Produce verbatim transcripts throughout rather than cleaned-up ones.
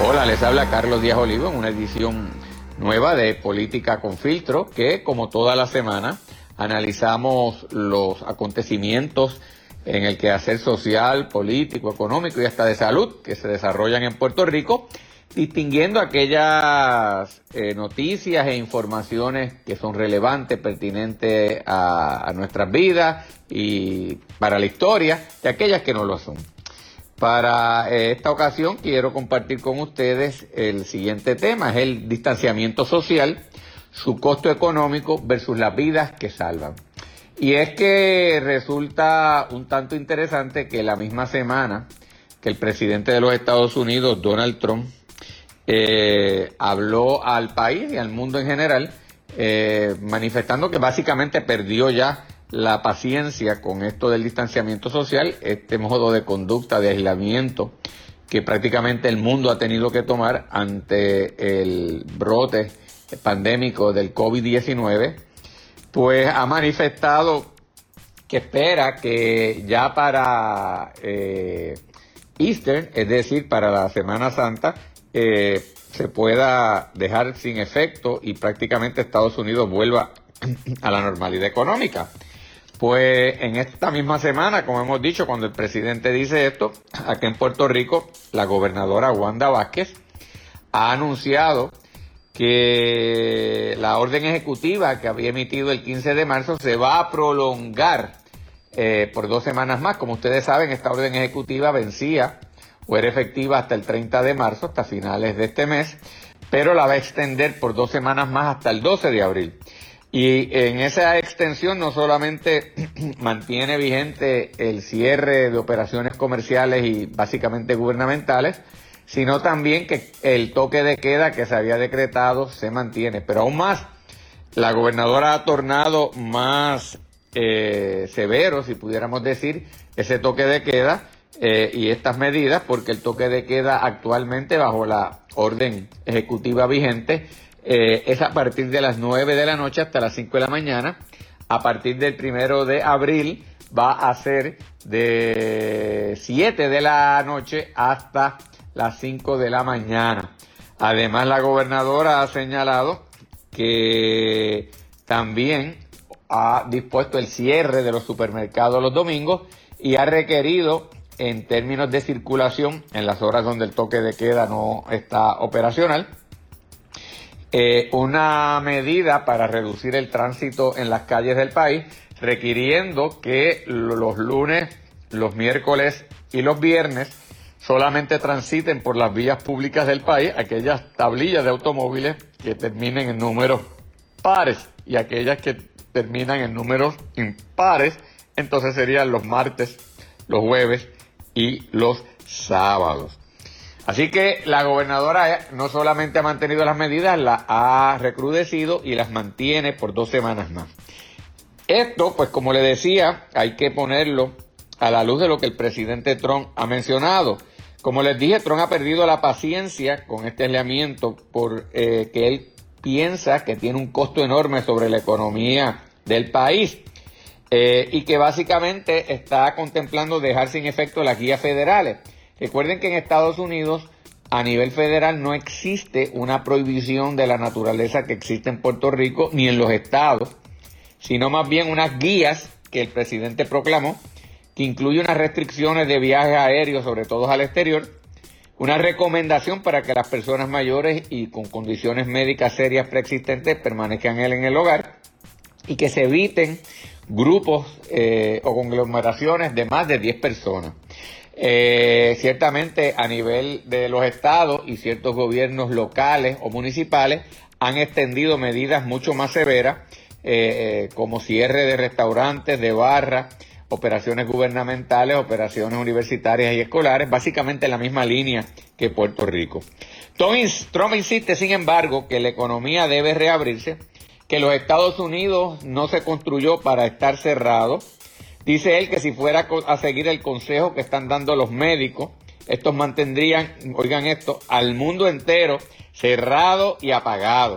Hola, les habla Carlos Díaz Olivo en una edición nueva de Política con Filtro, que como toda la semana analizamos los acontecimientos en el quehacer social, político, económico y hasta de salud que se desarrollan en Puerto Rico, distinguiendo aquellas eh, noticias e informaciones que son relevantes, pertinentes a, a nuestras vidas y para la historia, y aquellas que no lo son. Para eh, esta ocasión quiero compartir con ustedes el siguiente tema, es el distanciamiento social, su costo económico versus las vidas que salvan. Y es que resulta un tanto interesante que la misma semana que el presidente de los Estados Unidos, Donald Trump, eh, habló al país y al mundo en general, eh, manifestando que básicamente perdió ya la paciencia con esto del distanciamiento social, este modo de conducta, de aislamiento que prácticamente el mundo ha tenido que tomar ante el brote pandémico del COVID diecinueve, pues ha manifestado que espera que ya para eh, Easter, es decir, para la Semana Santa, eh, se pueda dejar sin efecto y prácticamente Estados Unidos vuelva a la normalidad económica. Pues en esta misma semana, como hemos dicho, cuando el presidente dice esto, aquí en Puerto Rico, la gobernadora Wanda Vázquez ha anunciado que la orden ejecutiva que había emitido el quince de marzo se va a prolongar eh, por dos semanas más. Como ustedes saben, esta orden ejecutiva vencía o era efectiva hasta el treinta de marzo, hasta finales de este mes, pero la va a extender por dos semanas más hasta el doce de abril. Y en esa extensión no solamente mantiene vigente el cierre de operaciones comerciales y básicamente gubernamentales, sino también que el toque de queda que se había decretado se mantiene. Pero aún más, la gobernadora ha tornado más eh, severo, si pudiéramos decir, ese toque de queda eh, y estas medidas, porque el toque de queda actualmente bajo la orden ejecutiva vigente Eh, es a partir de las nueve de la noche hasta las cinco de la mañana. A partir del primero de abril va a ser de siete de la noche hasta las cinco de la mañana. Además, la gobernadora ha señalado que también ha dispuesto el cierre de los supermercados los domingos y ha requerido, en términos de circulación, en las horas donde el toque de queda no está operacional, Eh, una medida para reducir el tránsito en las calles del país, requiriendo que los lunes, los miércoles y los viernes solamente transiten por las vías públicas del país aquellas tablillas de automóviles que terminen en números pares y aquellas que terminan en números impares, entonces serían los martes, los jueves y los sábados. Así que la gobernadora no solamente ha mantenido las medidas, las ha recrudecido y las mantiene por dos semanas más. Esto, pues como le decía, hay que ponerlo a la luz de lo que el presidente Trump ha mencionado. Como les dije, Trump ha perdido la paciencia con este aislamiento por eh, que él piensa que tiene un costo enorme sobre la economía del país eh, y que básicamente está contemplando dejar sin efecto las guías federales. Recuerden que en Estados Unidos, a nivel federal, no existe una prohibición de la naturaleza que existe en Puerto Rico ni en los estados, sino más bien unas guías que el presidente proclamó, que incluye unas restricciones de viajes aéreos, sobre todo al exterior, una recomendación para que las personas mayores y con condiciones médicas serias preexistentes permanezcan en el hogar y que se eviten grupos eh, o conglomeraciones de más de diez personas. Eh, ciertamente a nivel de los estados y ciertos gobiernos locales o municipales han extendido medidas mucho más severas eh, como cierre de restaurantes, de barras, operaciones gubernamentales, operaciones universitarias y escolares, básicamente en la misma línea que Puerto Rico. Trump insiste, sin embargo, que la economía debe reabrirse, que los Estados Unidos no se construyó para estar cerrado. Dice él que si fuera a seguir el consejo que están dando los médicos, estos mantendrían, oigan esto, al mundo entero cerrado y apagado.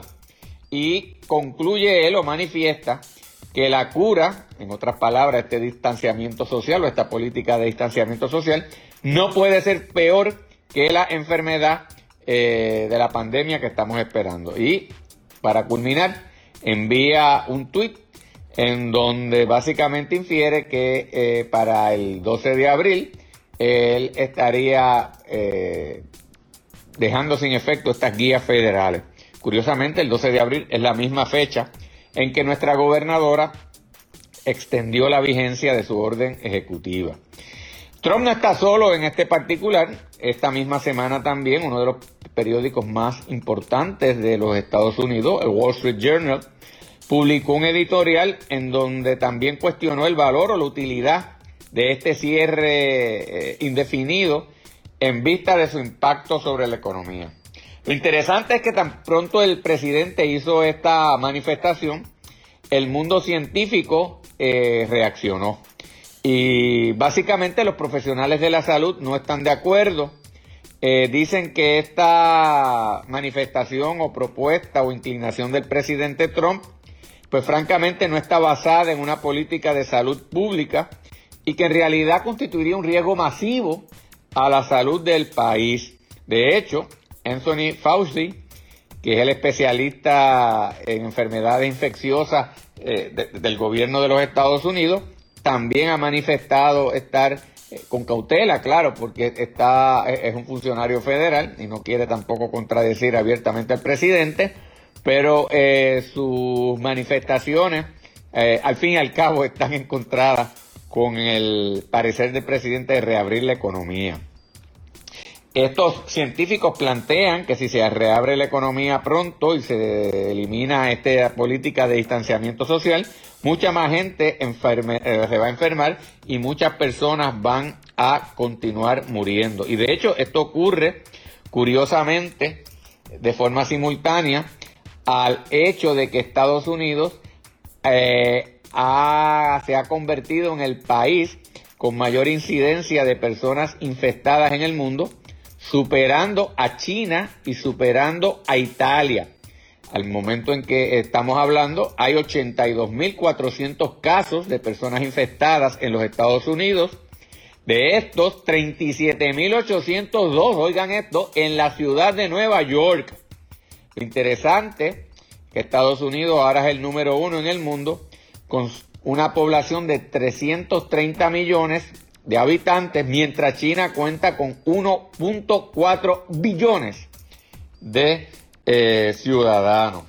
Y concluye él o manifiesta que la cura, en otras palabras, este distanciamiento social o esta política de distanciamiento social, no puede ser peor que la enfermedad eh, de la pandemia que estamos esperando. Y para culminar, envía un tuit en donde básicamente infiere que eh, para el doce de abril él estaría eh, dejando sin efecto estas guías federales. Curiosamente, el doce de abril es la misma fecha en que nuestra gobernadora extendió la vigencia de su orden ejecutiva. Trump no está solo en este particular. Esta misma semana también uno de los periódicos más importantes de los Estados Unidos, el Wall Street Journal, publicó un editorial en donde también cuestionó el valor o la utilidad de este cierre eh, indefinido en vista de su impacto sobre la economía. Lo interesante es que tan pronto el presidente hizo esta manifestación, el mundo científico eh, reaccionó. Y básicamente los profesionales de la salud no están de acuerdo. Eh, dicen que esta manifestación o propuesta o inclinación del presidente Trump, pues francamente no está basada en una política de salud pública y que en realidad constituiría un riesgo masivo a la salud del país. De hecho, Anthony Fauci, que es el especialista en enfermedades infecciosas eh, de, del gobierno de los Estados Unidos, también ha manifestado estar eh, con cautela, claro, porque está es un funcionario federal y no quiere tampoco contradecir abiertamente al presidente, pero eh, sus manifestaciones eh, al fin y al cabo están encontradas con el parecer del presidente de reabrir la economía. Estos científicos plantean que si se reabre la economía pronto y se elimina esta política de distanciamiento social, mucha más gente enferme, eh, se va a enfermar y muchas personas van a continuar muriendo. Y de hecho esto ocurre curiosamente de forma simultánea al hecho de que Estados Unidos eh, ha, se ha convertido en el país con mayor incidencia de personas infectadas en el mundo, superando a China y superando a Italia. Al momento en que estamos hablando, hay ochenta y dos mil cuatrocientos casos de personas infectadas en los Estados Unidos. De estos, treinta y siete mil ochocientos dos, oigan esto, en la ciudad de Nueva York. Lo interesante que Estados Unidos ahora es el número uno en el mundo, con una población de trescientos treinta millones de habitantes, mientras China cuenta con uno punto cuatro billones de eh, ciudadanos.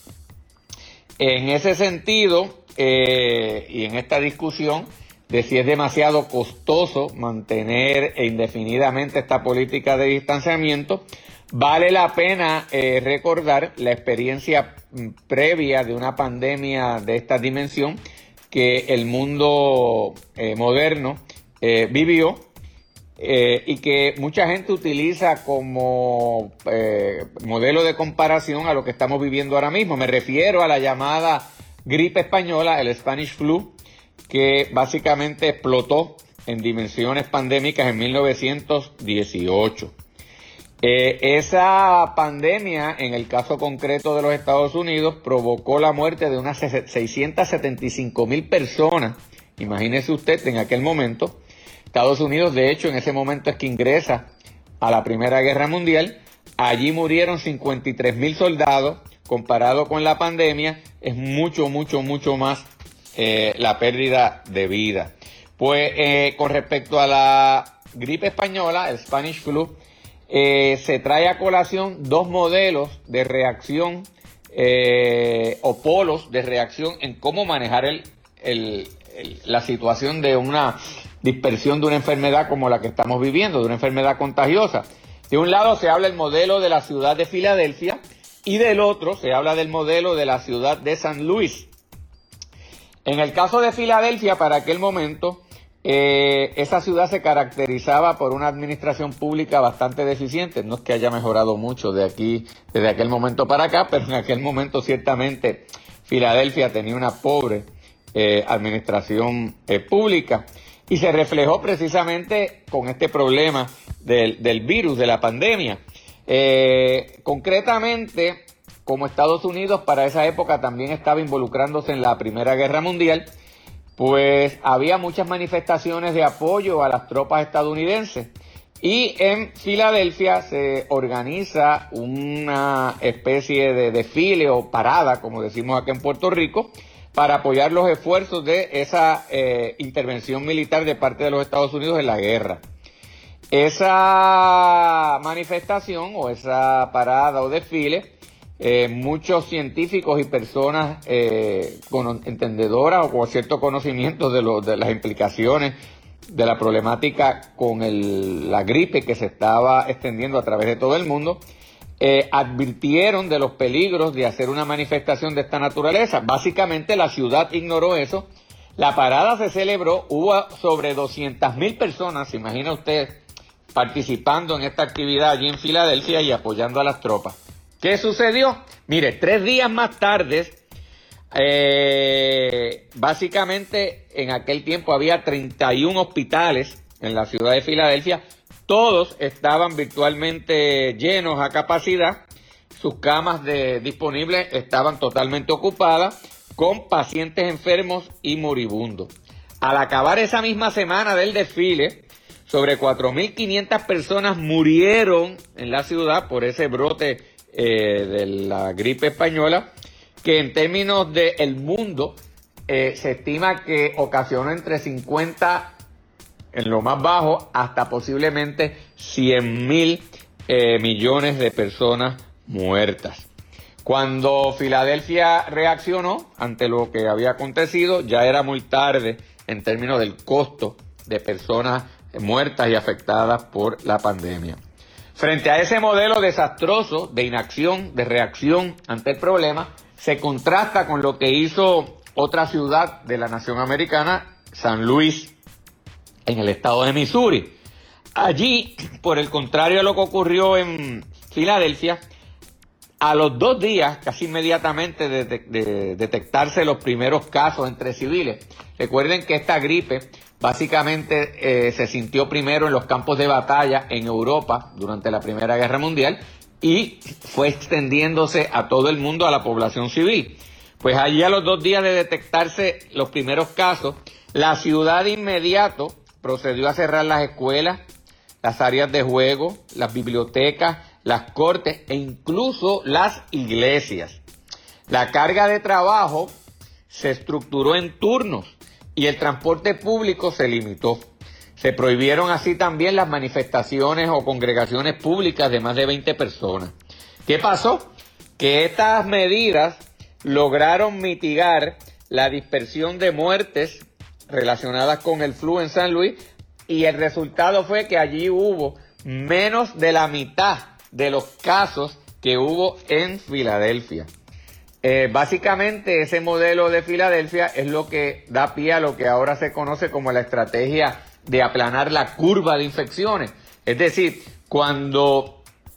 En ese sentido, eh, y en esta discusión de si es demasiado costoso mantener indefinidamente esta política de distanciamiento, vale la pena eh, recordar la experiencia previa de una pandemia de esta dimensión que el mundo eh, moderno Eh, vivió eh, y que mucha gente utiliza como eh, modelo de comparación a lo que estamos viviendo ahora mismo. Me refiero a la llamada gripe española, el Spanish Flu, que básicamente explotó en dimensiones pandémicas en mil novecientos dieciocho. Eh, esa pandemia, en el caso concreto de los Estados Unidos, provocó la muerte de unas seiscientas setenta y cinco mil personas. Imagínese usted en aquel momento. Estados Unidos, de hecho, en ese momento es que ingresa a la Primera Guerra Mundial. Allí murieron cincuenta y tres mil soldados. Comparado con la pandemia, es mucho, mucho, mucho más eh, la pérdida de vida. Pues eh, con respecto a la gripe española, el Spanish Flu, eh, se trae a colación dos modelos de reacción eh, o polos de reacción en cómo manejar el, el, el, la situación de una dispersión de una enfermedad como la que estamos viviendo, de una enfermedad contagiosa. De un lado se habla del modelo de la ciudad de Filadelfia y del otro se habla del modelo de la ciudad de San Luis. En el caso de Filadelfia, para aquel momento, eh, esa ciudad se caracterizaba por una administración pública bastante deficiente. No es que haya mejorado mucho de aquí, desde aquel momento para acá, pero en aquel momento ciertamente Filadelfia tenía una pobre eh, administración eh, pública. Y se reflejó precisamente con este problema del, del virus, de la pandemia. Eh, concretamente, como Estados Unidos para esa época también estaba involucrándose en la Primera Guerra Mundial, pues había muchas manifestaciones de apoyo a las tropas estadounidenses. Y en Filadelfia se organiza una especie de desfile o parada, como decimos acá en Puerto Rico, para apoyar los esfuerzos de esa eh, intervención militar de parte de los Estados Unidos en la guerra. Esa manifestación o esa parada o desfile, eh, muchos científicos y personas eh, con entendedoras o con cierto conocimiento de, lo, de las implicaciones de la problemática con el, la gripe que se estaba extendiendo a través de todo el mundo, eh, advirtieron de los peligros de hacer una manifestación de esta naturaleza. Básicamente la ciudad ignoró eso. La parada se celebró, hubo sobre doscientas mil personas, se imagina usted, participando en esta actividad allí en Filadelfia y apoyando a las tropas. ¿Qué sucedió? Mire, tres días más tarde, eh, básicamente en aquel tiempo había treinta y uno hospitales en la ciudad de Filadelfia. Todos estaban virtualmente llenos a capacidad. Sus camas de, disponibles estaban totalmente ocupadas con pacientes enfermos y moribundos. Al acabar esa misma semana del desfile, sobre cuatro mil quinientas personas murieron en la ciudad por ese brote eh, de la gripe española, que en términos del mundo eh, se estima que ocasionó entre cincuenta, en lo más bajo, hasta posiblemente cien mil eh, millones de personas muertas. Cuando Filadelfia reaccionó ante lo que había acontecido, ya era muy tarde en términos del costo de personas muertas y afectadas por la pandemia. Frente a ese modelo desastroso de inacción, de reacción ante el problema, se contrasta con lo que hizo otra ciudad de la nación americana, San Luis, en el estado de Missouri. Allí, por el contrario a lo que ocurrió en Filadelfia, a los dos días, casi inmediatamente de, de, de detectarse los primeros casos entre civiles, recuerden que esta gripe básicamente eh, se sintió primero en los campos de batalla en Europa durante la Primera Guerra Mundial y fue extendiéndose a todo el mundo, a la población civil. Pues allí a los dos días de detectarse los primeros casos, la ciudad de inmediato procedió a cerrar las escuelas, las áreas de juego, las bibliotecas, las cortes e incluso las iglesias. La carga de trabajo se estructuró en turnos y el transporte público se limitó. Se prohibieron así también las manifestaciones o congregaciones públicas de más de veinte personas. ¿Qué pasó? Que estas medidas lograron mitigar la dispersión de muertes relacionadas con el flu en San Luis y el resultado fue que allí hubo menos de la mitad de los casos que hubo en Filadelfia. Eh, básicamente ese modelo de Filadelfia es lo que da pie a lo que ahora se conoce como la estrategia de aplanar la curva de infecciones. Es decir, cuando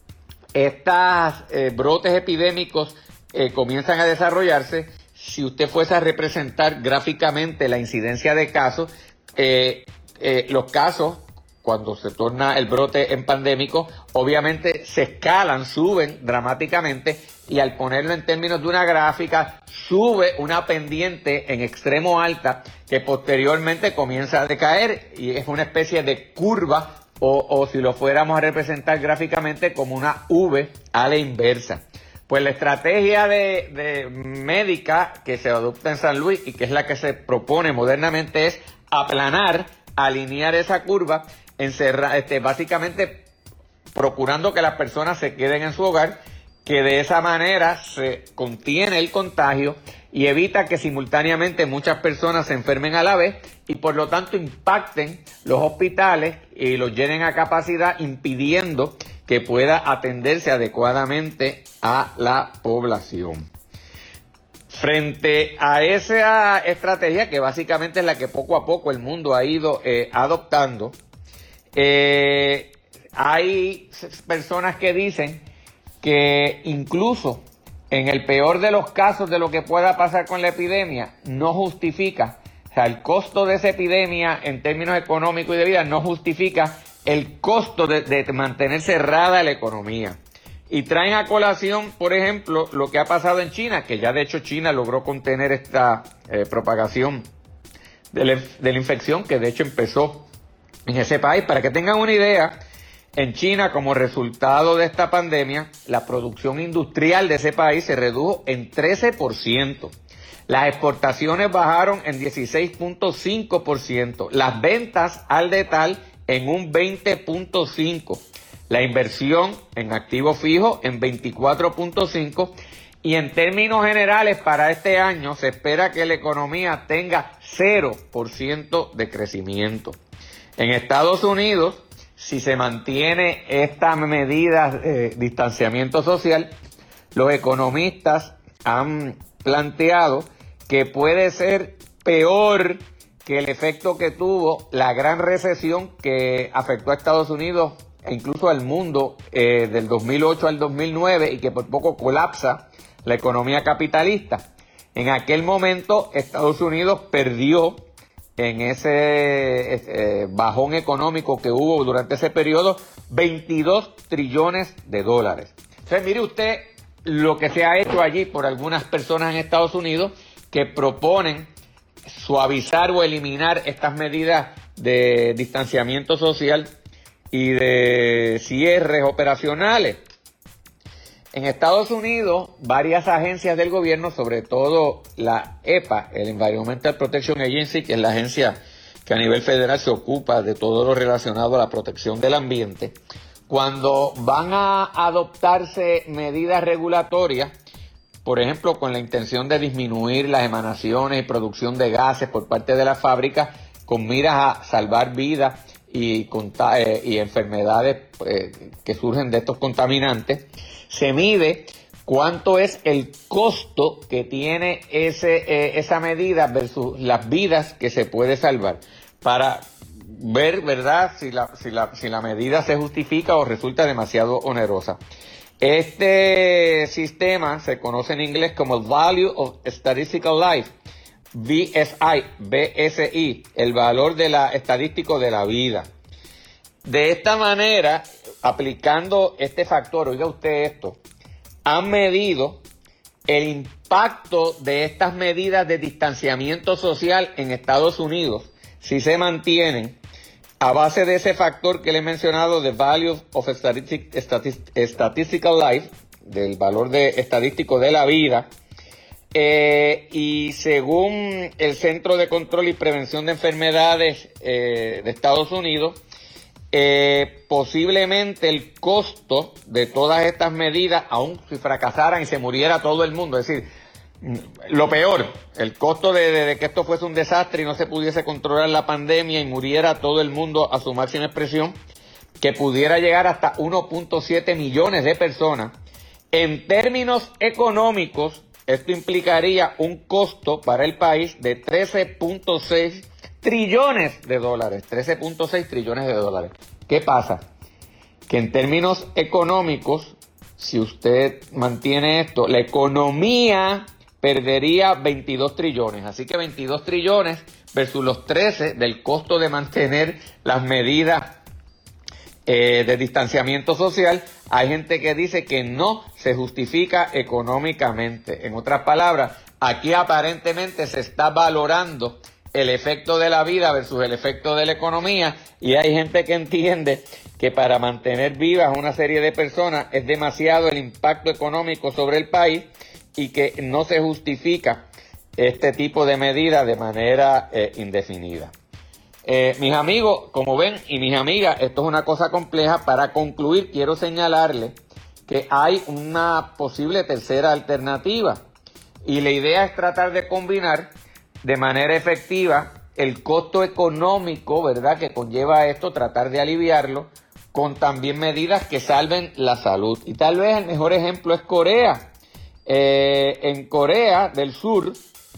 estos eh, brotes epidémicos eh, comienzan a desarrollarse, si usted fuese a representar gráficamente la incidencia de casos, eh, eh, los casos, cuando se torna el brote en pandémico, obviamente se escalan, suben dramáticamente y al ponerlo en términos de una gráfica, sube una pendiente en extremo alta que posteriormente comienza a decaer y es una especie de curva o, o si lo fuéramos a representar gráficamente como una V a la inversa. Pues la estrategia de, de médica que se adopta en San Luis y que es la que se propone modernamente es aplanar, alinear esa curva, encerrar, este, básicamente procurando que las personas se queden en su hogar, que de esa manera se contiene el contagio y evita que simultáneamente muchas personas se enfermen a la vez y por lo tanto impacten los hospitales y los llenen a capacidad, impidiendo que pueda atenderse adecuadamente a la población. Frente a esa estrategia, que básicamente es la que poco a poco el mundo ha ido eh, adoptando, eh, hay personas que dicen que incluso en el peor de los casos de lo que pueda pasar con la epidemia, no justifica, o sea, el costo de esa epidemia en términos económicos y de vida no justifica el costo de, de mantener cerrada la economía. Y traen a colación, por ejemplo, lo que ha pasado en China, que ya de hecho China logró contener esta eh, propagación de la, de la infección, que de hecho empezó en ese país. Para que tengan una idea, En China, como resultado de esta pandemia, la producción industrial de ese país se redujo en trece por ciento. Las exportaciones bajaron en dieciséis punto cinco por ciento. Las ventas al detalle en un veinte punto cinco por ciento. La inversión en activos fijos en veinticuatro punto cinco por ciento. Y en términos generales, para este año se espera que la economía tenga cero por ciento de crecimiento. En Estados Unidos, si se mantiene estas medidas de distanciamiento social, los economistas han planteado que puede ser peor que el efecto que tuvo la gran recesión que afectó a Estados Unidos e incluso al mundo eh, del dos mil ocho al dos mil nueve y que por poco colapsa la economía capitalista. En aquel momento Estados Unidos perdió en ese eh, bajón económico que hubo durante ese periodo veintidós trillones de dólares. Entonces mire usted lo que se ha hecho allí por algunas personas en Estados Unidos que proponen suavizar o eliminar estas medidas de distanciamiento social y de cierres operacionales. En Estados Unidos, varias agencias del gobierno, sobre todo la E P A, el Environmental Protection Agency, que es la agencia que a nivel federal se ocupa de todo lo relacionado a la protección del ambiente, cuando van a adoptarse medidas regulatorias, por ejemplo, con la intención de disminuir las emanaciones y producción de gases por parte de las fábricas, con miras a salvar vidas y, eh, y enfermedades eh, que surgen de estos contaminantes, se mide cuánto es el costo que tiene ese, eh, esa medida versus las vidas que se puede salvar, para ver, ¿verdad?, si la, si la, si la medida se justifica o resulta demasiado onerosa. Este sistema se conoce en inglés como el Value of Statistical Life, V S I, B S I, el valor de la, estadístico de la vida. De esta manera, aplicando este factor, oiga usted esto, han medido el impacto de estas medidas de distanciamiento social en Estados Unidos, si se mantienen, a base de ese factor que le he mencionado, de Value of Statistic, Statistic, Statistical Life, del valor de, estadístico de la vida, eh, y según el Centro de Control y Prevención de Enfermedades eh, de Estados Unidos, eh, posiblemente el costo de todas estas medidas, aun si fracasaran y se muriera todo el mundo, es decir, lo peor, el costo de, de, de que esto fuese un desastre y no se pudiese controlar la pandemia y muriera todo el mundo a su máxima expresión, que pudiera llegar hasta uno punto siete millones de personas. En términos económicos, esto implicaría un costo para el país de trece punto seis trillones de dólares. trece punto seis trillones de dólares. ¿Qué pasa? Que en términos económicos, si usted mantiene esto, la economía perdería veintidós trillones. Así que veintidós trillones versus los trece del costo de mantener las medidas eh, de distanciamiento social. Hay gente que dice que no se justifica económicamente. En otras palabras, aquí aparentemente se está valorando el efecto de la vida versus el efecto de la economía, y hay gente que entiende que para mantener vivas una serie de personas es demasiado el impacto económico sobre el país y que no se justifica este tipo de medidas de manera eh, indefinida. Eh, mis amigos, como ven, y mis amigas, esto es una cosa compleja. Para concluir, quiero señalarles que hay una posible tercera alternativa, y la idea es tratar de combinar de manera efectiva el costo económico, ¿verdad?, que conlleva esto, tratar de aliviarlo, con también medidas que salven la salud. Y tal vez el mejor ejemplo es Corea. Eh, en Corea del Sur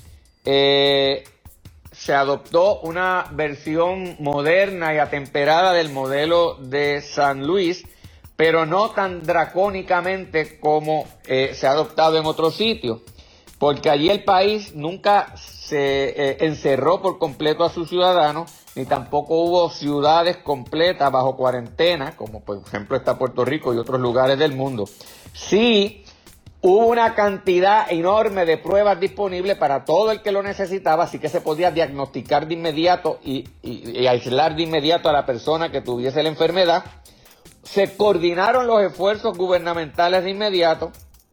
eh, se adoptó una versión moderna y atemperada del modelo de San Luis, pero no tan dracónicamente como eh, se ha adoptado en otros sitios, porque allí el país nunca se eh, encerró por completo a sus ciudadanos, ni tampoco hubo ciudades completas bajo cuarentena, como por ejemplo está Puerto Rico y otros lugares del mundo. Sí, hubo una cantidad enorme de pruebas disponibles para todo el que lo necesitaba, así que se podía diagnosticar de inmediato y, y, y aislar de inmediato a la persona que tuviese la enfermedad. se coordinaron los esfuerzos gubernamentales de inmediato.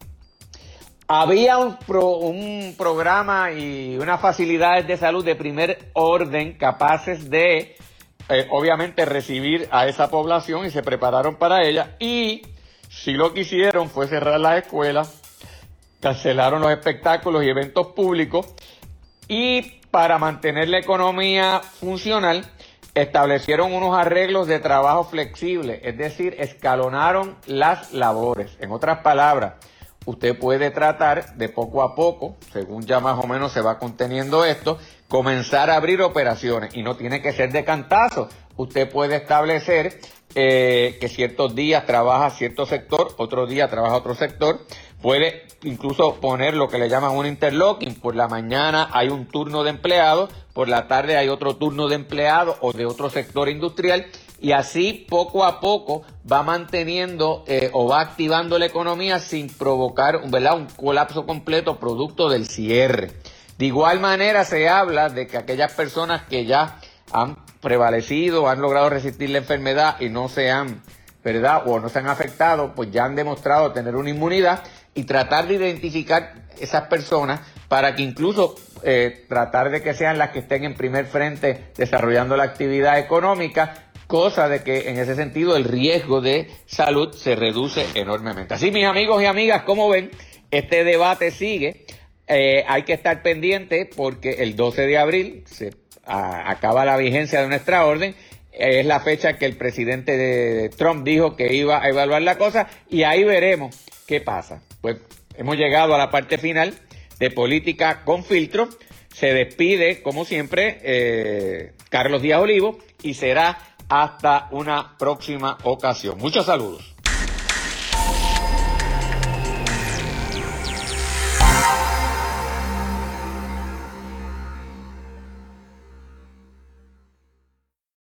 Había un, pro, un programa y unas facilidades de salud de primer orden capaces de, eh, obviamente, recibir a esa población y se prepararon para ella. Y si lo que hicieron fue cerrar las escuelas, cancelaron los espectáculos y eventos públicos y para mantener la economía funcional establecieron unos arreglos de trabajo flexibles, es decir, escalonaron las labores. En otras palabras, usted puede tratar de poco a poco, según ya más o menos se va conteniendo esto, comenzar a abrir operaciones y no tiene que ser de cantazo. Usted puede establecer eh, que ciertos días trabaja cierto sector, otros días trabaja otro sector. Puede incluso poner lo que le llaman un interlocking. Por la mañana hay un turno de empleados, por la tarde hay otro turno de empleados o de otro sector industrial. Y así poco a poco va manteniendo eh, o va activando la economía sin provocar, ¿verdad?, un colapso completo producto del cierre. De igual manera se habla de que aquellas personas que ya han prevalecido, han logrado resistir la enfermedad y no se han, ¿verdad?, o no se han afectado, pues ya han demostrado tener una inmunidad y tratar de identificar esas personas para que incluso eh, tratar de que sean las que estén en primer frente desarrollando la actividad económica, cosa de que en ese sentido el riesgo de salud se reduce enormemente. Así, mis amigos y amigas, como ven, este debate sigue. Eh, hay que estar pendiente porque el doce de abril se a, acaba la vigencia de nuestra orden. Eh, es la fecha que el presidente de Trump dijo que iba a evaluar la cosa y ahí veremos qué pasa. Pues hemos llegado a la parte final de Política con Filtro. Se despide, como siempre, eh, Carlos Díaz Olivo y será hasta una próxima ocasión. Muchos saludos.